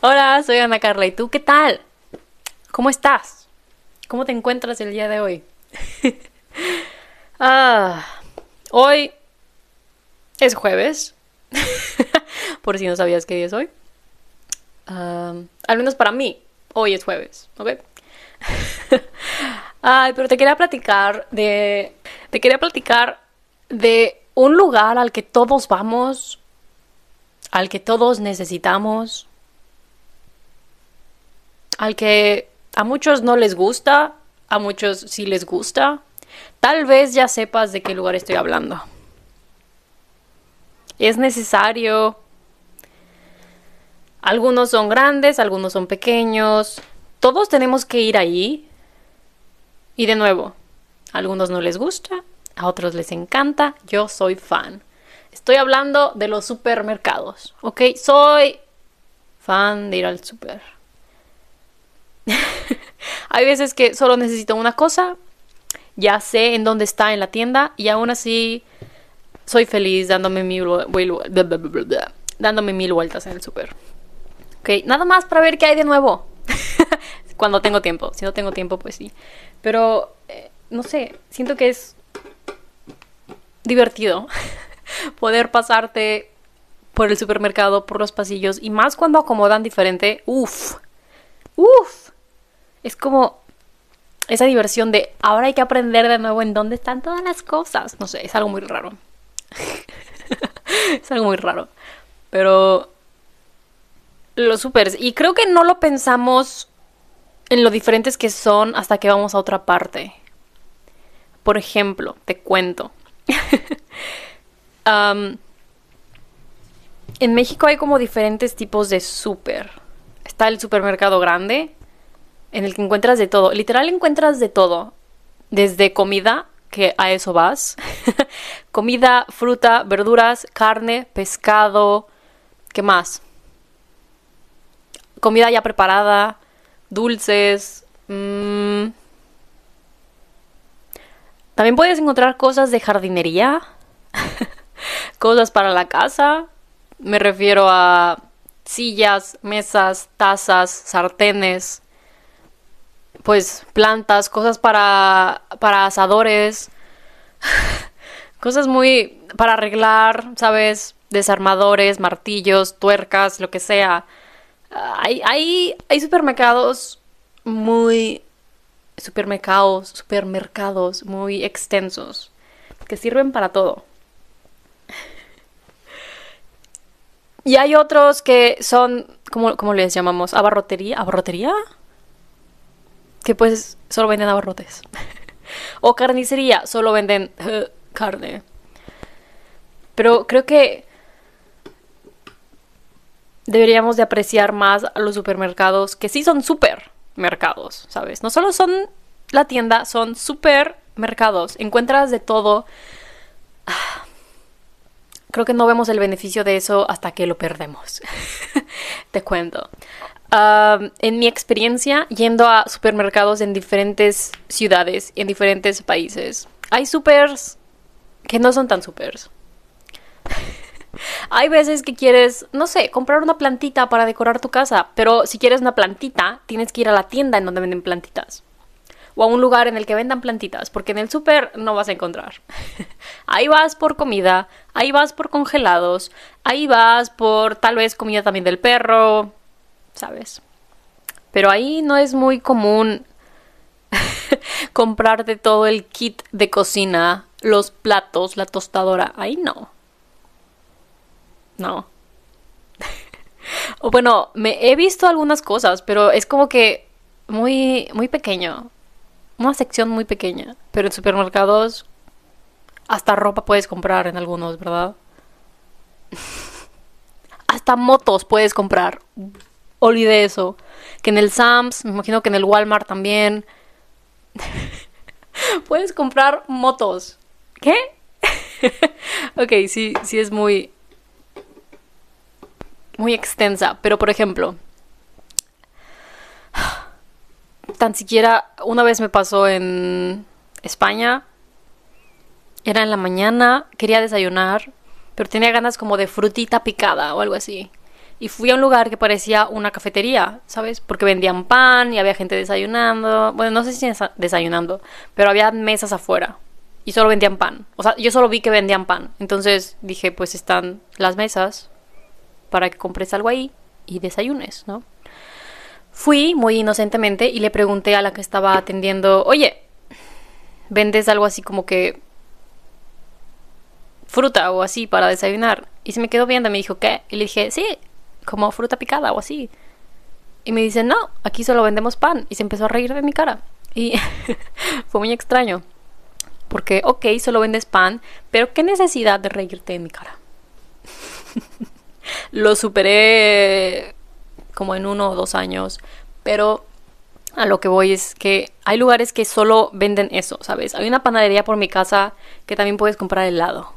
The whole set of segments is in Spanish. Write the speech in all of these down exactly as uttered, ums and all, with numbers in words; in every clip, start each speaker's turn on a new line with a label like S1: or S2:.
S1: Hola, soy Ana Carla. ¿Y tú qué tal? ¿Cómo estás? ¿Cómo te encuentras el día de hoy? ah, Hoy es jueves. Por si no sabías qué día es hoy. Um, al menos para mí, hoy es jueves, ¿ok? Ay, pero te quería platicar de... Te quería platicar de un lugar al que todos vamos, al que todos necesitamos, al que a muchos no les gusta, a muchos sí les gusta. Tal vez ya sepas de qué lugar estoy hablando. Es necesario. Algunos son grandes, algunos son pequeños. Todos tenemos que ir ahí. Y de nuevo, a algunos no les gusta, a otros les encanta. Yo soy fan. Estoy hablando de los supermercados, ¿ok? Soy fan de ir al super. Hay veces que solo necesito una cosa, ya sé en dónde está en la tienda y aún así soy feliz dándome mil, dándome mil vueltas en el super. Ok, nada más para ver qué hay de nuevo. Cuando tengo tiempo. Si no tengo tiempo, pues sí. Pero, eh, no sé, siento que es divertido poder pasarte por el supermercado, por los pasillos, y más cuando acomodan diferente. Uf, uf. Es como esa diversión de ahora hay que aprender de nuevo en dónde están todas las cosas. No sé, es algo muy raro. Es algo muy raro. Pero los supers, y creo que no lo pensamos en lo diferentes que son hasta que vamos a otra parte. Por ejemplo, te cuento. um, en México hay como diferentes tipos de súper. Está el supermercado grande, en el que encuentras de todo. Literal encuentras de todo. Desde comida, que a eso vas. Comida, fruta, verduras, carne, pescado. ¿Qué más? Comida ya preparada, dulces. Mmm. También puedes encontrar cosas de jardinería. Cosas para la casa. Me refiero a sillas, mesas, tazas, sartenes. Pues plantas, cosas para, para asadores. Cosas muy para arreglar, ¿sabes? Desarmadores, martillos, tuercas, lo que sea. Hay, hay, hay supermercados muy... Supermercados, supermercados muy extensos que sirven para todo. Y hay otros que son, ¿cómo, cómo les llamamos? ¿Abarrotería? ¿Abarrotería? Que pues solo venden abarrotes. O carnicería, solo venden uh, carne. Pero creo que deberíamos de apreciar más a los supermercados que sí son supermercados, ¿sabes? No solo son la tienda, son supermercados. Encuentras de todo. Creo que no vemos el beneficio de eso hasta que lo perdemos. Te cuento. Uh, en mi experiencia yendo a supermercados en diferentes ciudades, en diferentes países, hay supers que no son tan supers. Hay veces que quieres, no sé, comprar una plantita para decorar tu casa, pero si quieres una plantita, tienes que ir a la tienda en donde venden plantitas. O a un lugar en el que vendan plantitas, porque en el súper no vas a encontrar. Ahí vas por comida, ahí vas por congelados, ahí vas por tal vez comida también del perro, ¿sabes? Pero ahí no es muy común comprarte todo el kit de cocina, los platos, la tostadora. Ahí no. No. O bueno, me he visto algunas cosas, pero es como que muy, muy pequeño. Una sección muy pequeña. Pero en supermercados hasta ropa puedes comprar en algunos, ¿verdad? Hasta motos puedes comprar. Olvidé eso. Que en el Sam's, me imagino que en el Walmart también. Puedes comprar motos. ¿Qué? Ok, sí, sí es muy... muy extensa. Pero por ejemplo... Tan siquiera una vez me pasó en España. Era en la mañana, quería desayunar, pero tenía ganas como de frutita picada o algo así. y fui a un lugar que parecía una cafetería, ¿sabes? Porque vendían pan y había gente desayunando. Bueno, no sé si desayunando, pero había mesas afuera y solo vendían pan. O sea, yo solo vi que vendían pan. Entonces dije, pues están las mesas para que compres algo ahí y desayunes, ¿no? Fui muy inocentemente y le pregunté a la que estaba atendiendo, oye, ¿vendes algo así como que fruta o así para desayunar? Y se me quedó viendo y me dijo, ¿qué? Y le dije, sí, como fruta picada o así. Y me dice, no, aquí solo vendemos pan. Y se empezó a reír de mi cara. Y fue muy extraño. Porque, ok, solo vendes pan, pero ¿qué necesidad de reírte de mi cara? Lo superé como en uno o dos años. Pero a lo que voy es que hay lugares que solo venden eso, ¿sabes? Hay una panadería por mi casa que también puedes comprar helado.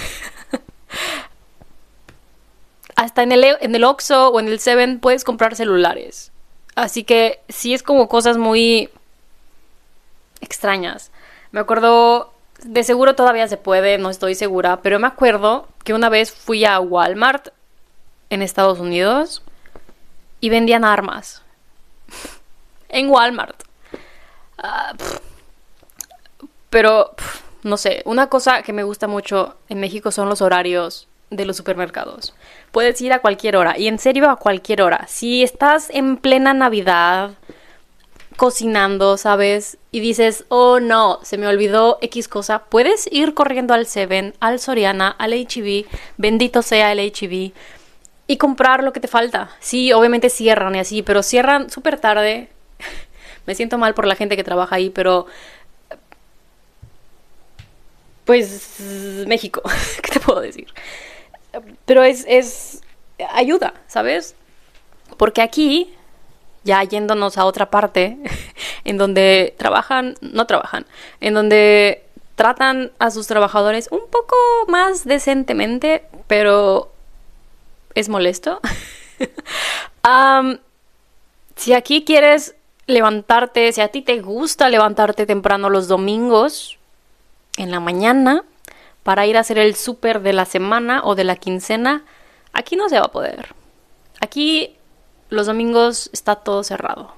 S1: Hasta en el, en el Oxxo o en el Seven puedes comprar celulares. Así que sí es como cosas muy extrañas. Me acuerdo, de seguro todavía se puede, no estoy segura, pero me acuerdo que una vez fui a Walmart en Estados Unidos y vendían armas. En Walmart. Uh, pff. Pero, pff, no sé, una cosa que me gusta mucho en México son los horarios de los supermercados. Puedes ir a cualquier hora, y en serio a cualquier hora. Si estás en plena Navidad cocinando, ¿sabes? Y dices, oh no, se me olvidó X cosa, puedes ir corriendo al Seven, al Soriana, al H E B, bendito sea el H E B, y comprar lo que te falta. Sí, obviamente cierran y así, pero cierran súper tarde. Me siento mal por la gente que trabaja ahí, pero pues México, ¿qué te puedo decir? Pero es, es ayuda, ¿sabes? Porque aquí, ya yéndonos a otra parte, en donde trabajan, no trabajan, en donde tratan a sus trabajadores un poco más decentemente, pero es molesto. um, si aquí quieres levantarte, si a ti te gusta levantarte temprano los domingos, en la mañana, para ir a hacer el súper de la semana o de la quincena, aquí no se va a poder. Aquí los domingos está todo cerrado.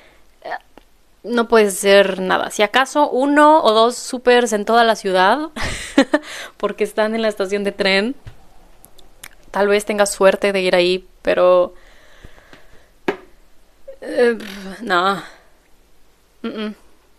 S1: No puedes hacer nada. Si acaso uno o dos súpers en toda la ciudad, porque están en la estación de tren, tal vez tengas suerte de ir ahí, pero eh, no. Mm-mm.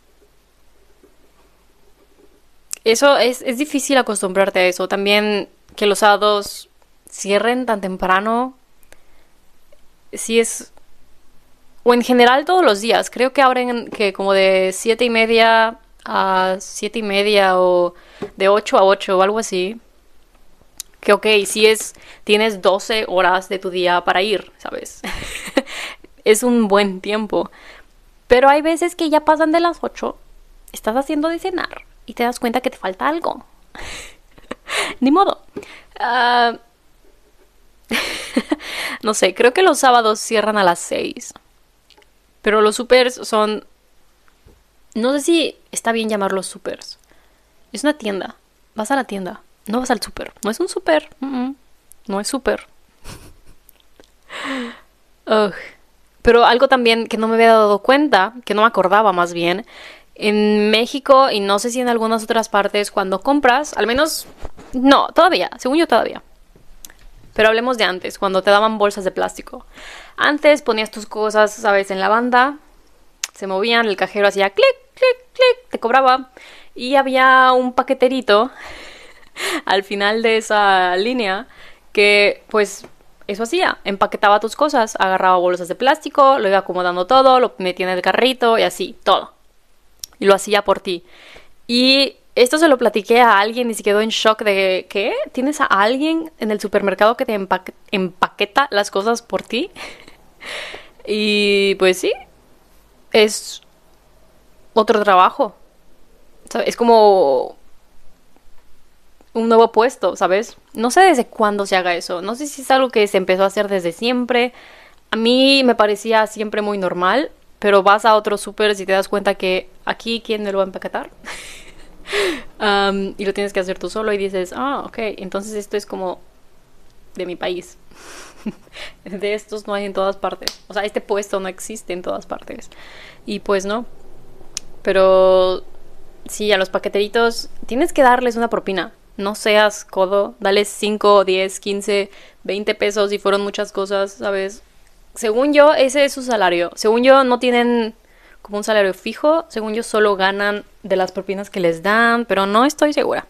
S1: Eso es, es difícil acostumbrarte a eso. También que los sábados cierren tan temprano. Sí es... O en general todos los días. Creo que abren que como de siete y media a siete y media o de ocho a ocho o algo así. Que ok, si es... Tienes doce horas de tu día para ir, ¿sabes? Es un buen tiempo. Pero hay veces que ya pasan de las ocho. Estás haciendo de cenar. Y te das cuenta que te falta algo. Ni modo. Uh, no sé, creo que los sábados cierran a las seis. Pero los supers son... No sé si está bien llamarlos supers. Es una tienda. Vas a la tienda. No vas al super. No es un super. Mm-mm. No es super. Ugh. Pero algo también que no me había dado cuenta, que no me acordaba más bien... En México, y no sé si en algunas otras partes, cuando compras, al menos, no, todavía, según yo todavía. Pero hablemos de antes, cuando te daban bolsas de plástico. Antes ponías tus cosas, ¿sabes? En la banda, se movían, el cajero hacía clic, clic, clic, te cobraba. Y había un paqueterito al final de esa línea que, pues, eso hacía. Empaquetaba tus cosas, agarraba bolsas de plástico, lo iba acomodando todo, lo metía en el carrito y así, todo. Y lo hacía por ti. Y esto se lo platiqué a alguien y se quedó en shock de, ¿qué? ¿Tienes a alguien en el supermercado que te empaque- empaqueta las cosas por ti? Y pues sí, es otro trabajo. ¿Sabes? Es como un nuevo puesto, ¿sabes? No sé desde cuándo se haga eso. No sé si es algo que se empezó a hacer desde siempre. A mí me parecía siempre muy normal. Pero vas a otros supers y te das cuenta que aquí, ¿quién me lo va a empaquetar? um, y lo tienes que hacer tú solo y dices, ah, ok, entonces esto es como de mi país. De estos no hay en todas partes. O sea, este puesto no existe en todas partes. Y pues no. Pero sí, a los paqueteritos tienes que darles una propina. No seas codo. Dales cinco, diez, quince, veinte pesos y fueron muchas cosas, ¿sabes? Según yo, ese es su salario. Según yo, no tienen como un salario fijo. Según yo, solo ganan de las propinas que les dan. Pero no estoy segura.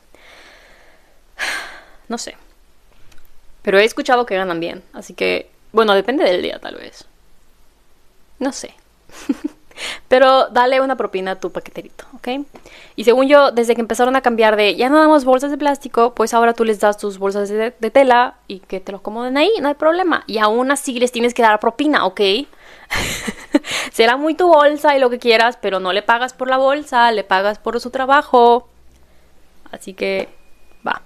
S1: No sé. Pero he escuchado que ganan bien. Así que, bueno, depende del día tal vez. No sé. Pero dale una propina a tu paqueterito, ¿ok? Y según yo, desde que empezaron a cambiar de ya no damos bolsas de plástico, pues ahora tú les das tus bolsas de, de tela y que te lo acomoden ahí, no hay problema. Y aún así les tienes que dar propina, ¿ok? Será muy tu bolsa y lo que quieras, pero no le pagas por la bolsa, le pagas por su trabajo. Así que, va.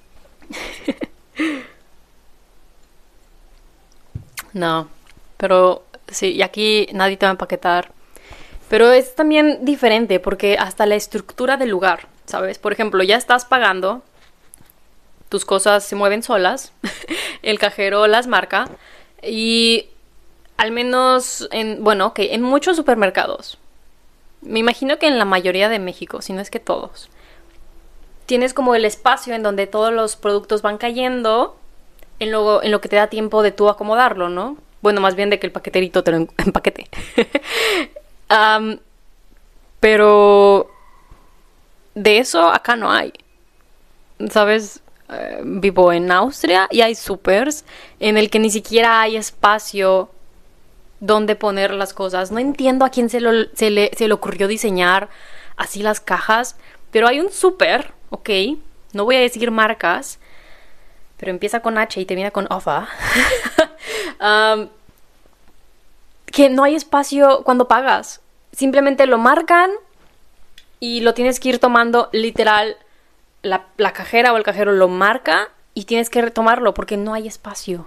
S1: No, pero sí, y aquí nadie te va a empaquetar. Pero es también diferente porque hasta la estructura del lugar, ¿sabes? Por ejemplo, ya estás pagando, tus cosas se mueven solas, el cajero las marca y al menos en, bueno, ok, en muchos supermercados, me imagino que en la mayoría de México, si no es que todos, tienes como el espacio en donde todos los productos van cayendo en lo, en lo que te da tiempo de tú acomodarlo, ¿no? Bueno, más bien de que el paqueterito te lo empaquete. Um, pero de eso acá no hay, ¿sabes? Uh, vivo en Austria y hay supers en el que ni siquiera hay espacio donde poner las cosas. No entiendo a quién se, lo, se, le, se le ocurrió diseñar así las cajas, pero hay un super, ok, no voy a decir marcas, pero empieza con H y termina con OFA. um, que no hay espacio cuando pagas. Simplemente lo marcan y lo tienes que ir tomando literal. La, la cajera o el cajero lo marca y tienes que retomarlo porque no hay espacio.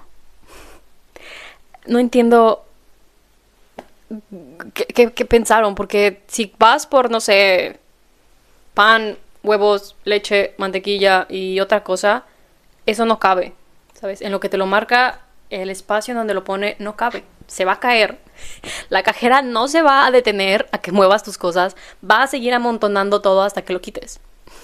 S1: No entiendo qué, qué, qué pensaron, porque si vas por, no sé, pan, huevos, leche, mantequilla y otra cosa, eso no cabe, ¿sabes? En lo que te lo marca, el espacio en donde lo pone no cabe. Se va a caer. La cajera no se va a detener a que muevas tus cosas. Va a seguir amontonando todo hasta que lo quites.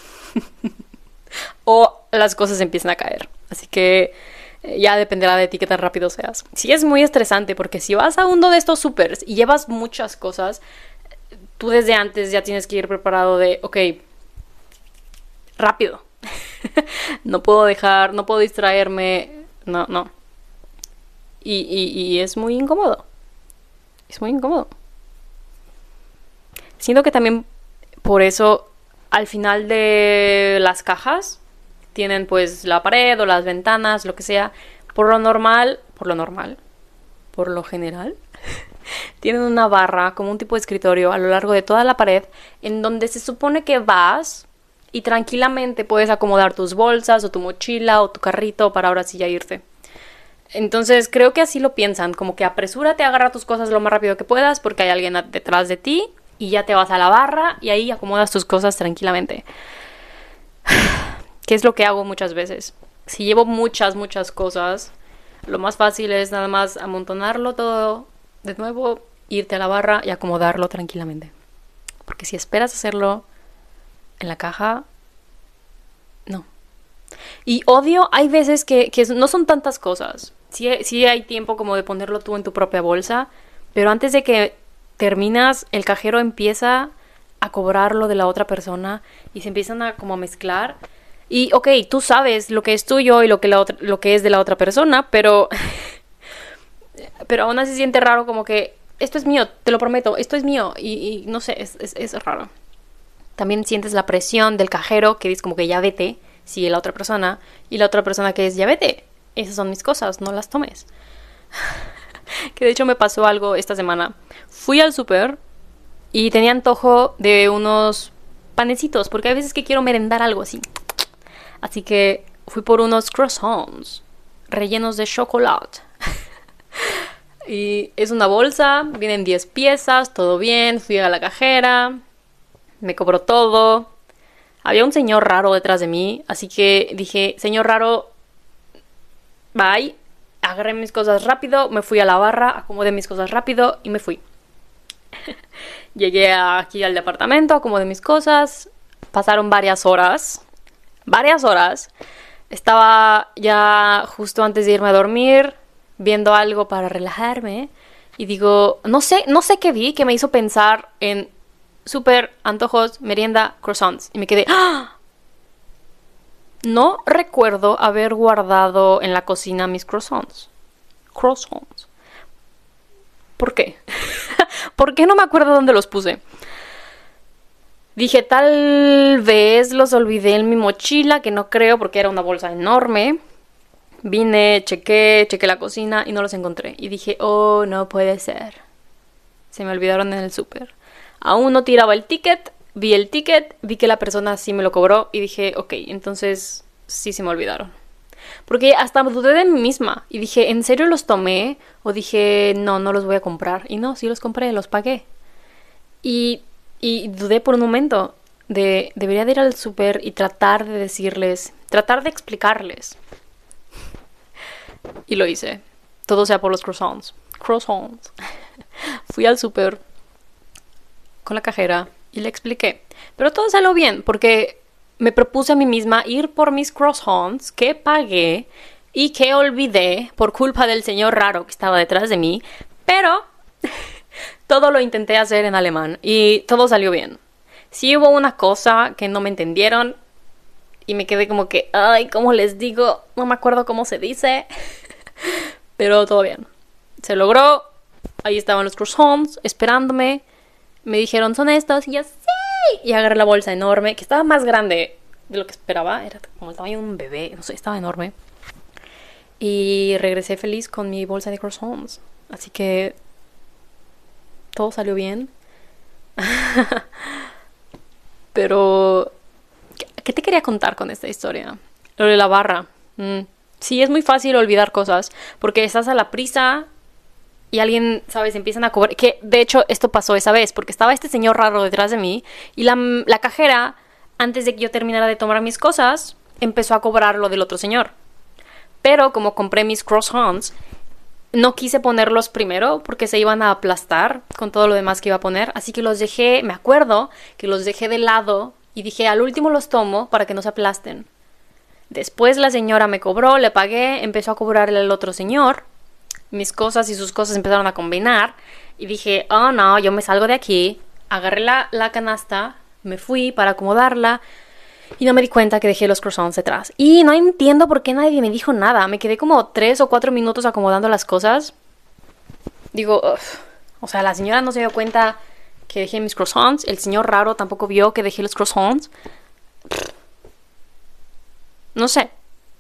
S1: O las cosas empiezan a caer. Así que eh, ya dependerá de ti qué tan rápido seas. Sí, es muy estresante porque si vas a uno de estos supers y llevas muchas cosas, tú desde antes ya tienes que ir preparado de, ok, rápido. No puedo dejar, no puedo distraerme. No, no. Y, y, y es muy incómodo. Es muy incómodo. Siento que también por eso al final de las cajas tienen pues la pared o las ventanas, lo que sea. Por lo normal, por lo normal, por lo general, tienen una barra como un tipo de escritorio a lo largo de toda la pared en donde se supone que vas y tranquilamente puedes acomodar tus bolsas o tu mochila o tu carrito para ahora sí ya irte. Entonces creo que así lo piensan, como que apresúrate, agarra tus cosas lo más rápido que puedas porque hay alguien detrás de ti y ya te vas a la barra y ahí acomodas tus cosas tranquilamente. Que es lo que hago muchas veces. Si llevo muchas, muchas cosas, lo más fácil es nada más amontonarlo todo de nuevo, irte a la barra y acomodarlo tranquilamente. Porque si esperas hacerlo en la caja, no. Y odio, hay veces que, que no son tantas cosas. Sí, sí hay tiempo como de ponerlo tú en tu propia bolsa, pero antes de que terminas, el cajero empieza a cobrarlo de la otra persona y se empiezan a como a mezclar. Y ok, tú sabes lo que es tuyo y lo que, la otra, lo que es de la otra persona, pero pero aún así se siente raro como que esto es mío, te lo prometo, esto es mío. Y, y no sé, es, es, es raro. También sientes la presión del cajero que dice como que ya vete, sigue la otra persona, y la otra persona que es ya vete, esas son mis cosas, no las tomes. Que de hecho me pasó algo esta semana. Fui al súper y tenía antojo de unos panecitos, porque hay veces que quiero merendar algo así. Así que fui por unos croissants rellenos de chocolate. Y es una bolsa, vienen diez piezas, todo bien. Fui a la cajera, me cobró todo. Había un señor raro detrás de mí, así que dije, señor raro, bye. Agarré mis cosas rápido, me fui a la barra, acomodé mis cosas rápido y me fui. Llegué aquí al departamento, acomodé mis cosas. Pasaron varias horas. Varias horas. Estaba ya justo antes de irme a dormir, viendo algo para relajarme. Y digo, no sé, no sé qué vi que me hizo pensar en súper, antojos, merienda, croissants. Y me quedé, ¡ah! No recuerdo haber guardado en la cocina mis croissants. Croissants. ¿Por qué? ¿Por qué no me acuerdo dónde los puse? Dije, tal vez los olvidé en mi mochila, que no creo porque era una bolsa enorme. Vine, chequé, chequé la cocina y no los encontré. Y dije, oh, no puede ser. Se me olvidaron en el súper. Aún no tiraba el ticket. Vi el ticket, vi que la persona sí me lo cobró y dije, ok, entonces sí se me olvidaron. Porque hasta dudé de mí misma y dije, ¿en serio los tomé? O dije, no, no los voy a comprar. Y no, sí los compré, los pagué. Y, y dudé por un momento de, debería de ir al súper y tratar de decirles, tratar de explicarles. Y lo hice. Todo sea por los croissants. Croissants. Fui al súper con la cajera y le expliqué. Pero todo salió bien porque me propuse a mí misma ir por mis croissants que pagué y que olvidé por culpa del señor raro que estaba detrás de mí. Pero todo lo intenté hacer en alemán y todo salió bien. Sí hubo una cosa que no me entendieron y me quedé como que, ay, ¿cómo les digo? No me acuerdo cómo se dice. Pero todo bien. Se logró. Ahí estaban los croissants esperándome. Me dijeron, son estos. Y yo, sí. Y agarré la bolsa enorme, que estaba más grande de lo que esperaba. Era como el tamaño de un bebé. No sé, estaba enorme. Y regresé feliz con mi bolsa de croissants. Así que todo salió bien. Pero ¿qué te quería contar con esta historia? Lo de la barra. Mm. Sí, es muy fácil olvidar cosas. Porque estás a la prisa y alguien, ¿sabes? Empiezan a cobrar. Que de hecho esto pasó esa vez. Porque estaba este señor raro detrás de mí. Y la, la cajera, antes de que yo terminara de tomar mis cosas, empezó a cobrar lo del otro señor. Pero como compré mis croissants, no quise ponerlos primero porque se iban a aplastar con todo lo demás que iba a poner. Así que los dejé, me acuerdo que los dejé de lado y dije, al último los tomo para que no se aplasten. Después la señora me cobró, le pagué, empezó a cobrarle al otro señor. Mis cosas y sus cosas empezaron a combinar. Y dije, oh no, yo me salgo de aquí. Agarré la, la canasta, me fui para acomodarla. Y no me di cuenta que dejé los croissants detrás. Y no entiendo por qué nadie me dijo nada. Me quedé como tres o cuatro minutos acomodando las cosas. Digo, ugh. O sea, la señora no se dio cuenta que dejé mis croissants. El señor raro tampoco vio que dejé los croissants. No sé.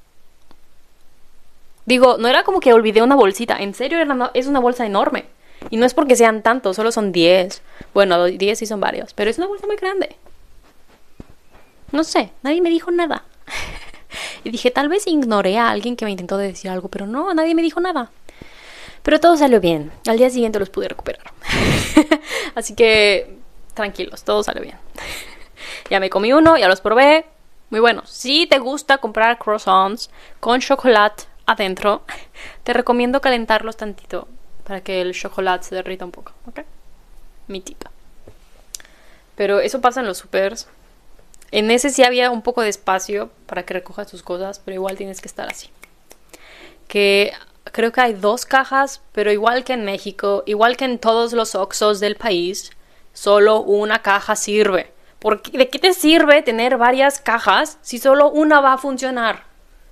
S1: Digo, no era como que olvidé una bolsita. En serio, era una, es una bolsa enorme. Y no es porque sean tantos, solo son diez. Bueno, diez sí son varios. Pero es una bolsa muy grande. No sé, nadie me dijo nada. Y dije, tal vez ignoré a alguien que me intentó decir algo, pero no, nadie me dijo nada. Pero todo salió bien. Al día siguiente los pude recuperar. Así que, tranquilos, todo salió bien. Ya me comí uno, ya los probé. Muy bueno. Si te gusta comprar croissants con chocolate adentro, te recomiendo calentarlos tantito para que el chocolate se derrita un poco, ¿ok? Mi tip. Pero eso pasa en los supers. En ese sí había un poco de espacio para que recojas tus cosas, pero igual tienes que estar así. Que creo que hay dos cajas, pero igual que en México, igual que en todos los Oxxos del país, solo una caja sirve. Porque, ¿de qué te sirve tener varias cajas si solo una va a funcionar?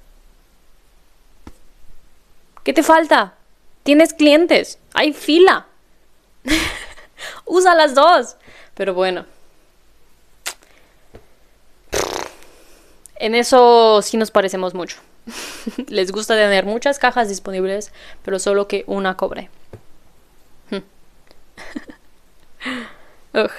S1: ¿Qué te falta? Tienes clientes, hay fila. Usa las dos. Pero bueno. En eso sí nos parecemos mucho. Les gusta tener muchas cajas disponibles, pero solo que una cobre. Ugh.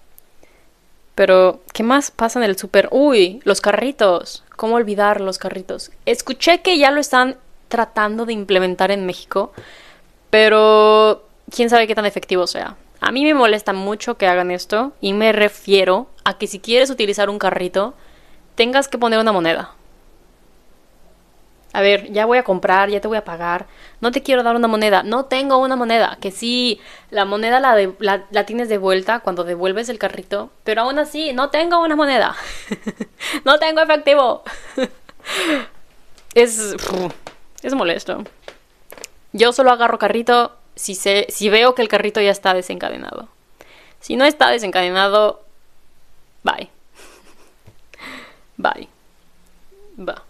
S1: Pero, ¿qué más pasa en el súper? Uy, los carritos. ¿Cómo olvidar los carritos? Escuché que ya lo están tratando de implementar en México, pero quién sabe qué tan efectivo sea. A mí me molesta mucho que hagan esto y me refiero a que si quieres utilizar un carrito, tengas que poner una moneda. A ver, ya voy a comprar, ya te voy a pagar. No te quiero dar una moneda. No tengo una moneda. Que sí, la moneda la, de, la, la tienes de vuelta cuando devuelves el carrito. Pero aún así, no tengo una moneda. No tengo efectivo. Es, es molesto. Yo solo agarro carrito si, sé, si veo que el carrito ya está desencadenado. Si no está desencadenado, bye. Bye. Va.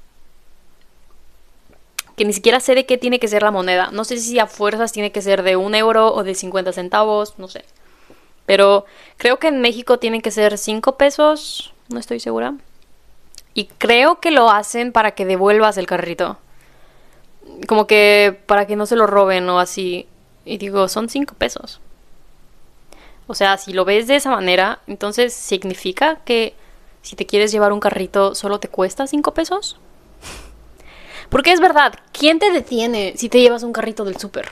S1: Que ni siquiera sé de qué tiene que ser la moneda. No sé si a fuerzas tiene que ser de un euro o de cincuenta centavos, no sé. Pero creo que en México tienen que ser cinco pesos, no estoy segura. Y creo que lo hacen para que devuelvas el carrito. Como que para que no se lo roben o así. Y digo, son cinco pesos. O sea, si lo ves de esa manera, entonces significa que si te quieres llevar un carrito solo te cuesta cinco pesos. Porque es verdad, ¿quién te detiene si te llevas un carrito del súper?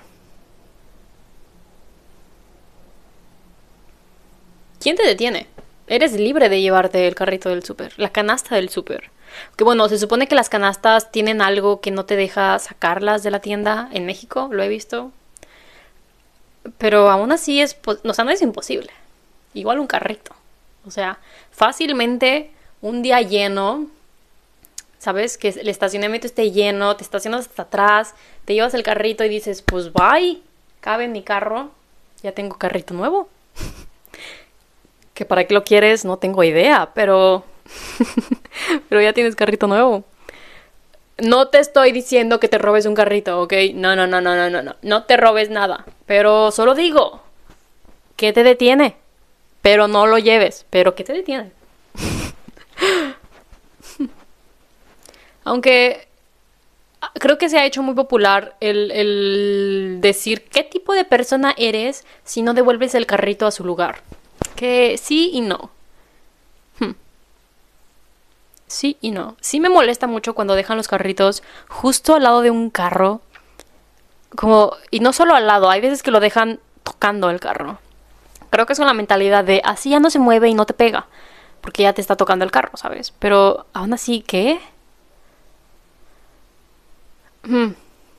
S1: ¿Quién te detiene? Eres libre de llevarte el carrito del súper, la canasta del súper. Que bueno, se supone que las canastas tienen algo que no te deja sacarlas de la tienda. En México, lo he visto. Pero aún así es, o sea, no es imposible. Igual un carrito. O sea, fácilmente un día lleno, ¿sabes? Que el estacionamiento esté lleno, te estacionas hasta atrás, te llevas el carrito y dices, pues bye, cabe en mi carro, ya tengo carrito nuevo. Que para qué lo quieres, no tengo idea, pero... pero ya tienes carrito nuevo. No te estoy diciendo que te robes un carrito, ¿ok? No, no, no, no, no, no, no. No te robes nada. Pero solo digo, ¿qué te detiene? Pero no lo lleves. ¿Pero qué te detiene? Aunque creo que se ha hecho muy popular el, el decir qué tipo de persona eres si no devuelves el carrito a su lugar. Que sí y no. Hmm. Sí y no. Sí me molesta mucho cuando dejan los carritos justo al lado de un carro. Como, y no solo al lado, hay veces que lo dejan tocando el carro. Creo que es con la mentalidad de así ya no se mueve y no te pega. Porque ya te está tocando el carro, ¿sabes? Pero aún así, ¿qué? Hmm.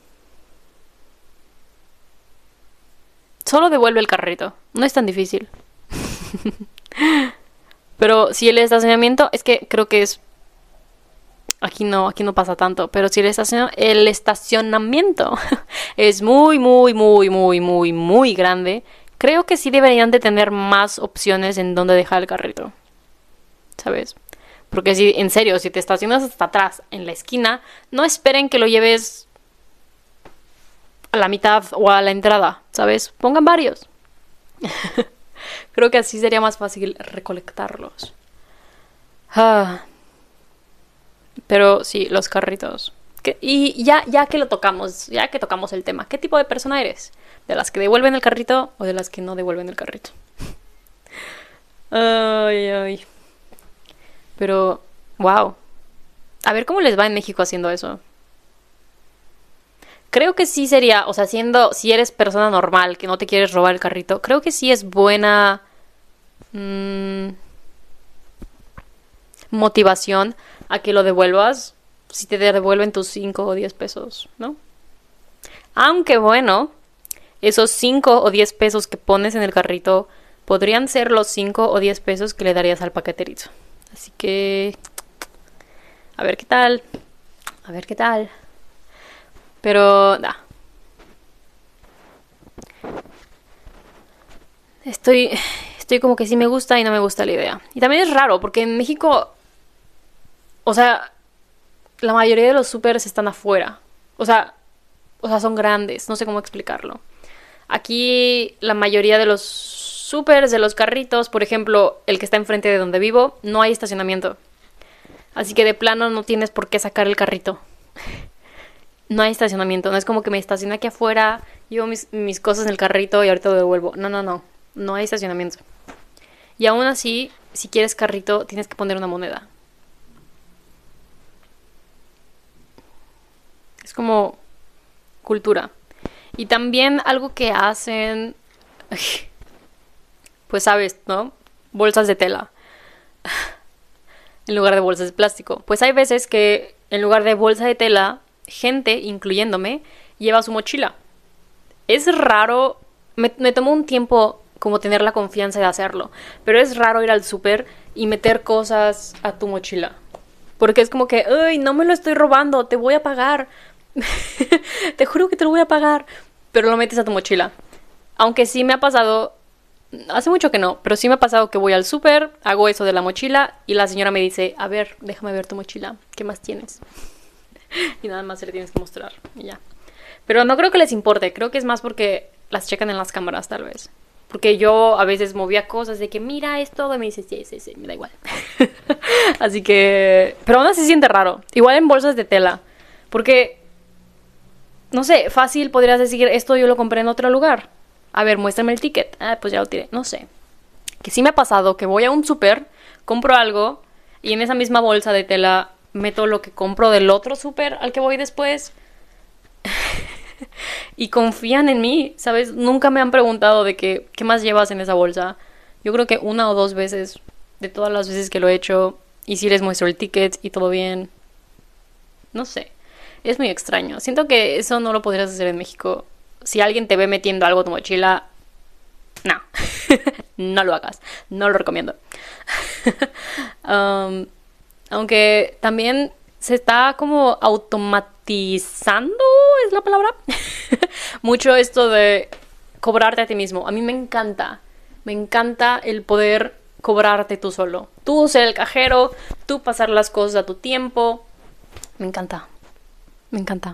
S1: Solo devuelve el carrito. No es tan difícil. Pero si el estacionamiento, es que creo que es... Aquí no, aquí no pasa tanto, pero si el, estacion, el estacionamiento es muy, muy, muy, muy, muy, muy grande, creo que sí deberían de tener más opciones en donde dejar el carrito, ¿sabes? Porque si, en serio, si te estacionas hasta atrás, en la esquina, no esperen que lo lleves a la mitad o a la entrada, ¿sabes? Pongan varios. Creo que así sería más fácil recolectarlos. Ah... Pero sí, los carritos. ¿Qué? Y ya, ya que lo tocamos, ya que tocamos el tema, ¿qué tipo de persona eres? ¿De las que devuelven el carrito o de las que no devuelven el carrito? Ay, ay. Pero, wow. A ver cómo les va en México haciendo eso. Creo que sí sería, o sea, siendo, si eres persona normal, que no te quieres robar el carrito, creo que sí es buena mmm, motivación a que lo devuelvas si te devuelven tus cinco o diez pesos, ¿no? Aunque bueno, esos cinco o diez pesos que pones en el carrito podrían ser los cinco o diez pesos que le darías al paqueterito. Así que... a ver qué tal. A ver qué tal. Pero... da. Estoy... Estoy como que sí me gusta y no me gusta la idea. Y también es raro, porque en México... O sea, la mayoría de los súperes están afuera. O sea, o sea, son grandes. No sé cómo explicarlo. Aquí la mayoría de los súperes, de los carritos, por ejemplo, el que está enfrente de donde vivo, no hay estacionamiento. Así que de plano no tienes por qué sacar el carrito. No hay estacionamiento. No es como que me estaciono aquí afuera, llevo mis, mis cosas en el carrito y ahorita lo devuelvo. No, no, no. No hay estacionamiento. Y aún así, si quieres carrito, tienes que poner una moneda. Es como cultura. Y también algo que hacen, pues sabes, ¿no? Bolsas de tela en lugar de bolsas de plástico. Pues hay veces que en lugar de bolsa de tela gente, incluyéndome, lleva su mochila. Es raro, me, me tomó un tiempo como tener la confianza de hacerlo, pero es raro ir al súper y meter cosas a tu mochila. Porque es como que, ¡ay, no me lo estoy robando! ¡Te voy a pagar! Te juro que te lo voy a pagar. Pero lo metes a tu mochila. Aunque sí me ha pasado, hace mucho que no, pero sí me ha pasado que voy al súper, hago eso de la mochila y la señora me dice, a ver, déjame ver tu mochila, ¿qué más tienes? Y nada más se le tienes que mostrar y ya. Pero no creo que les importe, creo que es más porque las checan en las cámaras tal vez. Porque yo a veces movía cosas de que mira esto y me dice sí, sí, sí, me da igual. Así que... Pero aún así se siente raro. Igual en bolsas de tela. Porque, no sé, fácil podrías decir esto yo lo compré en otro lugar. A ver, muéstrame el ticket. Ah, pues ya lo tiré. No sé. Que sí me ha pasado que voy a un súper, compro algo y en esa misma bolsa de tela meto lo que compro del otro súper al que voy después. Y confían en mí, ¿sabes? Nunca me han preguntado de que, ¿qué más llevas en esa bolsa? Yo creo que una o dos veces, de todas las veces que lo he hecho, y si les muestro el ticket y todo bien. No sé, es muy extraño. Siento que eso no lo podrías hacer en México. Si alguien te ve metiendo algo en tu mochila, no, no lo hagas, no lo recomiendo. um, aunque también se está como automatizando, es la palabra, mucho esto de cobrarte a ti mismo. A mí me encanta, me encanta el poder cobrarte tú solo. Tú ser el cajero, tú pasar las cosas a tu tiempo. Me encanta, me encanta.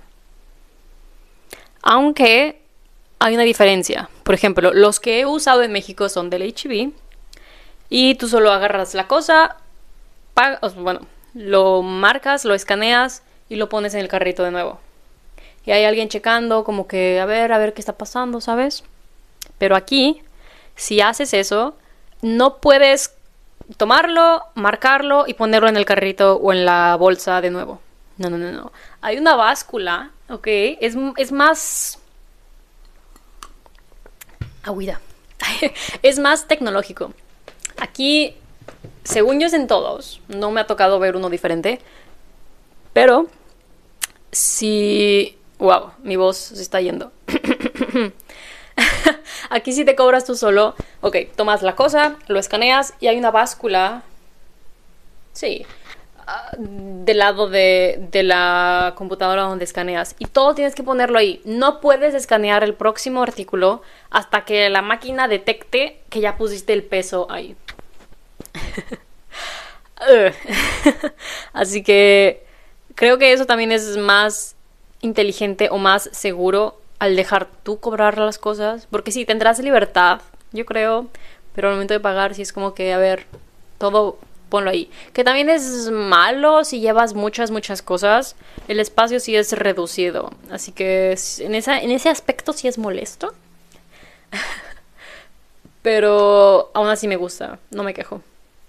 S1: Aunque hay una diferencia. Por ejemplo, los que he usado en México son del H E B y tú solo agarras la cosa, pagas, bueno, lo marcas, lo escaneas y lo pones en el carrito de nuevo. Y hay alguien checando como que a ver, a ver qué está pasando, ¿sabes? Pero aquí, si haces eso, no puedes tomarlo, marcarlo y ponerlo en el carrito o en la bolsa de nuevo. No, no, no, no. Hay una báscula, ¿ok? Es, es más... Agüita. Es más tecnológico. Aquí, según yo es en todos, no me ha tocado ver uno diferente, pero si... Wow, mi voz se está yendo. Aquí si te cobras tú solo, ok, tomas la cosa, lo escaneas y hay una báscula, sí, uh, del lado de, de la computadora donde escaneas y todo tienes que ponerlo ahí. No puedes escanear el próximo artículo hasta que la máquina detecte que ya pusiste el peso ahí. Así que creo que eso también es más inteligente o más seguro al dejar tú cobrar las cosas, porque sí, tendrás libertad, yo creo, pero al momento de pagar sí es como que, a ver, todo ponlo ahí. Que también es malo si llevas muchas, muchas cosas, el espacio sí es reducido, así que en, esa, en ese aspecto sí es molesto, pero aún así me gusta, no me quejo.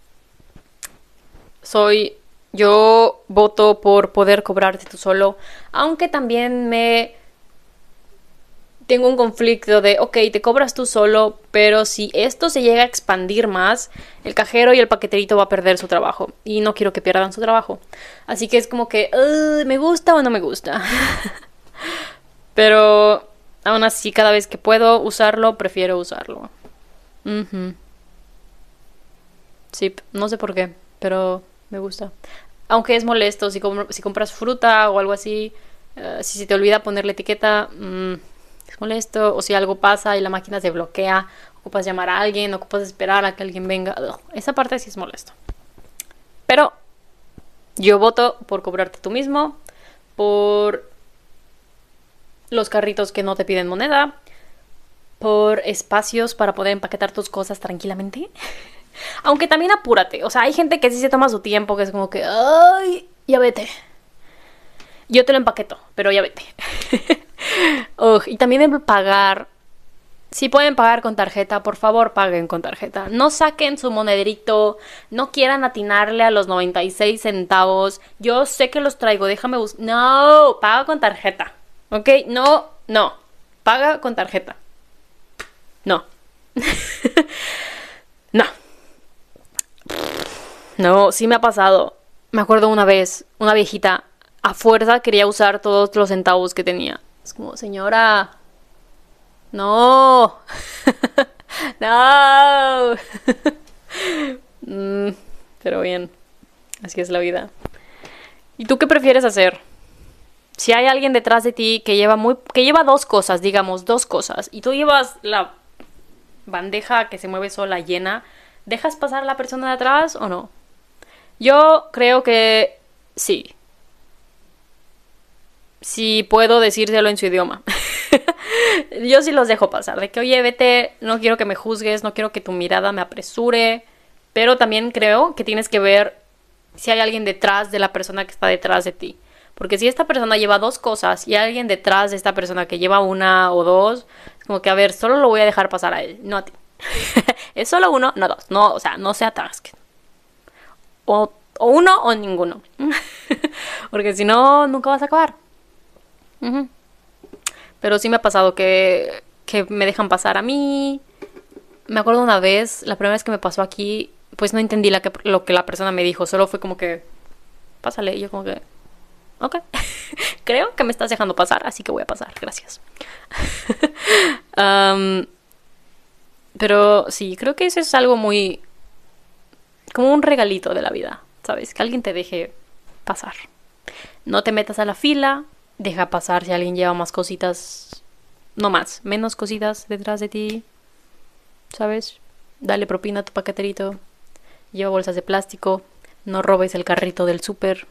S1: Soy... Yo voto por poder cobrarte tú solo, aunque también me... Tengo un conflicto de, ok, te cobras tú solo, pero si esto se llega a expandir más, el cajero y el paqueterito va a perder su trabajo. Y no quiero que pierdan su trabajo. Así que es como que, uh, ¿me gusta o no me gusta? Pero aún así, cada vez que puedo usarlo, prefiero usarlo. Uh-huh. Sí, no sé por qué, pero me gusta. Aunque es molesto, si, com- si compras fruta o algo así, uh, si se te olvida poner la etiqueta, mmm, es molesto. O si algo pasa y la máquina se bloquea, ocupas llamar a alguien, ocupas esperar a que alguien venga. Ugh, esa parte sí es molesto. Pero yo voto por cobrarte tú mismo, por los carritos que no te piden moneda, por espacios para poder empaquetar tus cosas tranquilamente. Aunque también apúrate. O sea, hay gente que sí se toma su tiempo, que es como que, ay, ya vete. Yo te lo empaqueto, pero ya vete. Ugh, y también el pagar. Si pueden pagar con tarjeta, por favor paguen con tarjeta. No saquen su monederito, no quieran atinarle a los noventa y seis centavos. Yo sé que los traigo, déjame buscar. No, paga con tarjeta. ¿Ok? No, no. Paga con tarjeta. No. No. No, sí me ha pasado. Me acuerdo una vez, una viejita a fuerza quería usar todos los centavos que tenía. Es como, señora, no, no. mm, pero bien, así es la vida. ¿Y tú qué prefieres hacer? Si hay alguien detrás de ti que lleva muy, que lleva dos cosas, digamos, dos cosas, y tú llevas la bandeja que se mueve sola llena, ¿dejas pasar a la persona de atrás o no? Yo creo que sí. Si puedo decírselo en su idioma. Yo sí los dejo pasar. De que, oye, vete, no quiero que me juzgues, no quiero que tu mirada me apresure. Pero también creo que tienes que ver si hay alguien detrás de la persona que está detrás de ti. Porque si esta persona lleva dos cosas y hay alguien detrás de esta persona que lleva una o dos, es como que, a ver, solo lo voy a dejar pasar a él, no a ti. Es solo uno, no dos. No, o sea, no se atasquen. O, o uno o ninguno. Porque si no, nunca vas a acabar. Uh-huh. Pero sí me ha pasado que, que me dejan pasar a mí. Me acuerdo una vez, la primera vez que me pasó aquí, pues no entendí la que, lo que la persona me dijo. Solo fue como que, pásale. Y yo como que, ok. Creo que me estás dejando pasar, así que voy a pasar. Gracias. um, pero sí, creo que eso es algo muy... como un regalito de la vida, ¿sabes? Que alguien te deje pasar. No te metas a la fila. Deja pasar si alguien lleva más cositas. No más, menos cositas detrás de ti. ¿Sabes? Dale propina a tu paqueterito. Lleva bolsas de plástico. No robes el carrito del súper.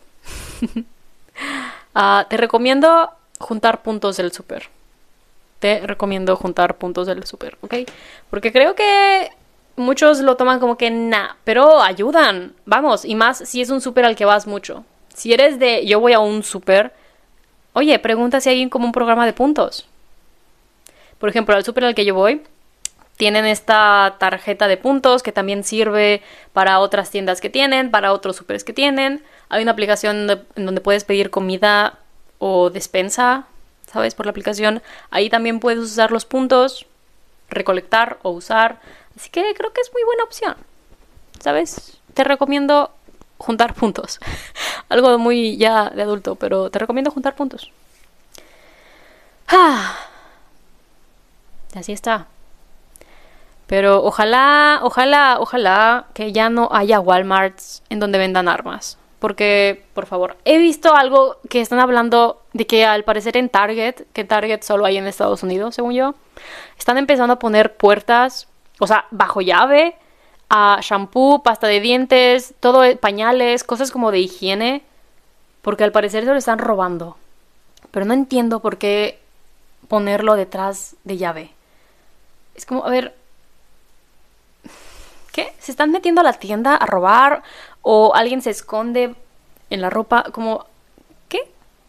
S1: uh, te recomiendo juntar puntos del súper. Te recomiendo juntar puntos del súper, ¿ok? Porque creo que muchos lo toman como que nah, pero ayudan. Vamos, y más si es un súper al que vas mucho. Si eres de yo voy a un súper, oye, pregunta si hay alguien como un programa de puntos. Por ejemplo, al súper al que yo voy, tienen esta tarjeta de puntos que también sirve para otras tiendas que tienen, para otros súperes que tienen. Hay una aplicación de, en donde puedes pedir comida o despensa, ¿sabes? Por la aplicación. Ahí también puedes usar los puntos, recolectar o usar. Así que creo que es muy buena opción, ¿sabes? Te recomiendo juntar puntos. Algo muy ya de adulto, pero te recomiendo juntar puntos. Ah. Así está. Pero ojalá, ojalá, ojalá que ya no haya Walmarts en donde vendan armas. Porque, por favor, he visto algo que están hablando de que al parecer en Target, que Target solo hay en Estados Unidos, según yo, están empezando a poner puertas, o sea, bajo llave, a shampoo, pasta de dientes, todo, pañales, cosas como de higiene, porque al parecer se lo están robando. Pero no entiendo por qué ponerlo detrás de llave. Es como, a ver, ¿qué? ¿Se están metiendo a la tienda a robar? ¿O alguien se esconde en la ropa? Como, ¿qué?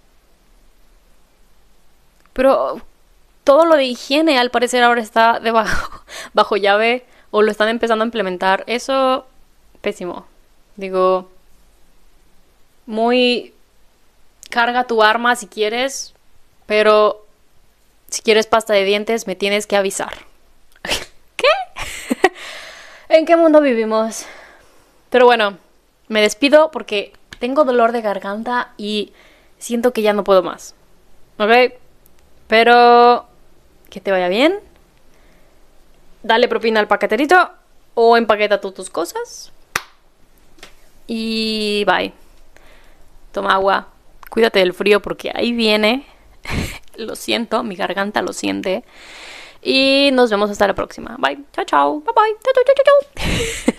S1: Pero todo lo de higiene al parecer ahora está debajo, bajo llave, o lo están empezando a implementar. Eso, pésimo. Digo, muy... carga tu arma si quieres, pero si quieres pasta de dientes me tienes que avisar. ¿Qué? ¿En qué mundo vivimos? Pero bueno, me despido porque tengo dolor de garganta y siento que ya no puedo más. ¿Ok? Pero que te vaya bien. Dale propina al paqueterito o empaqueta tú tus cosas. Y bye. Toma agua. Cuídate del frío porque ahí viene. Lo siento, mi garganta lo siente. Y nos vemos hasta la próxima. Bye. Chao, chao. Bye, bye. Chao, chao, chao, chao.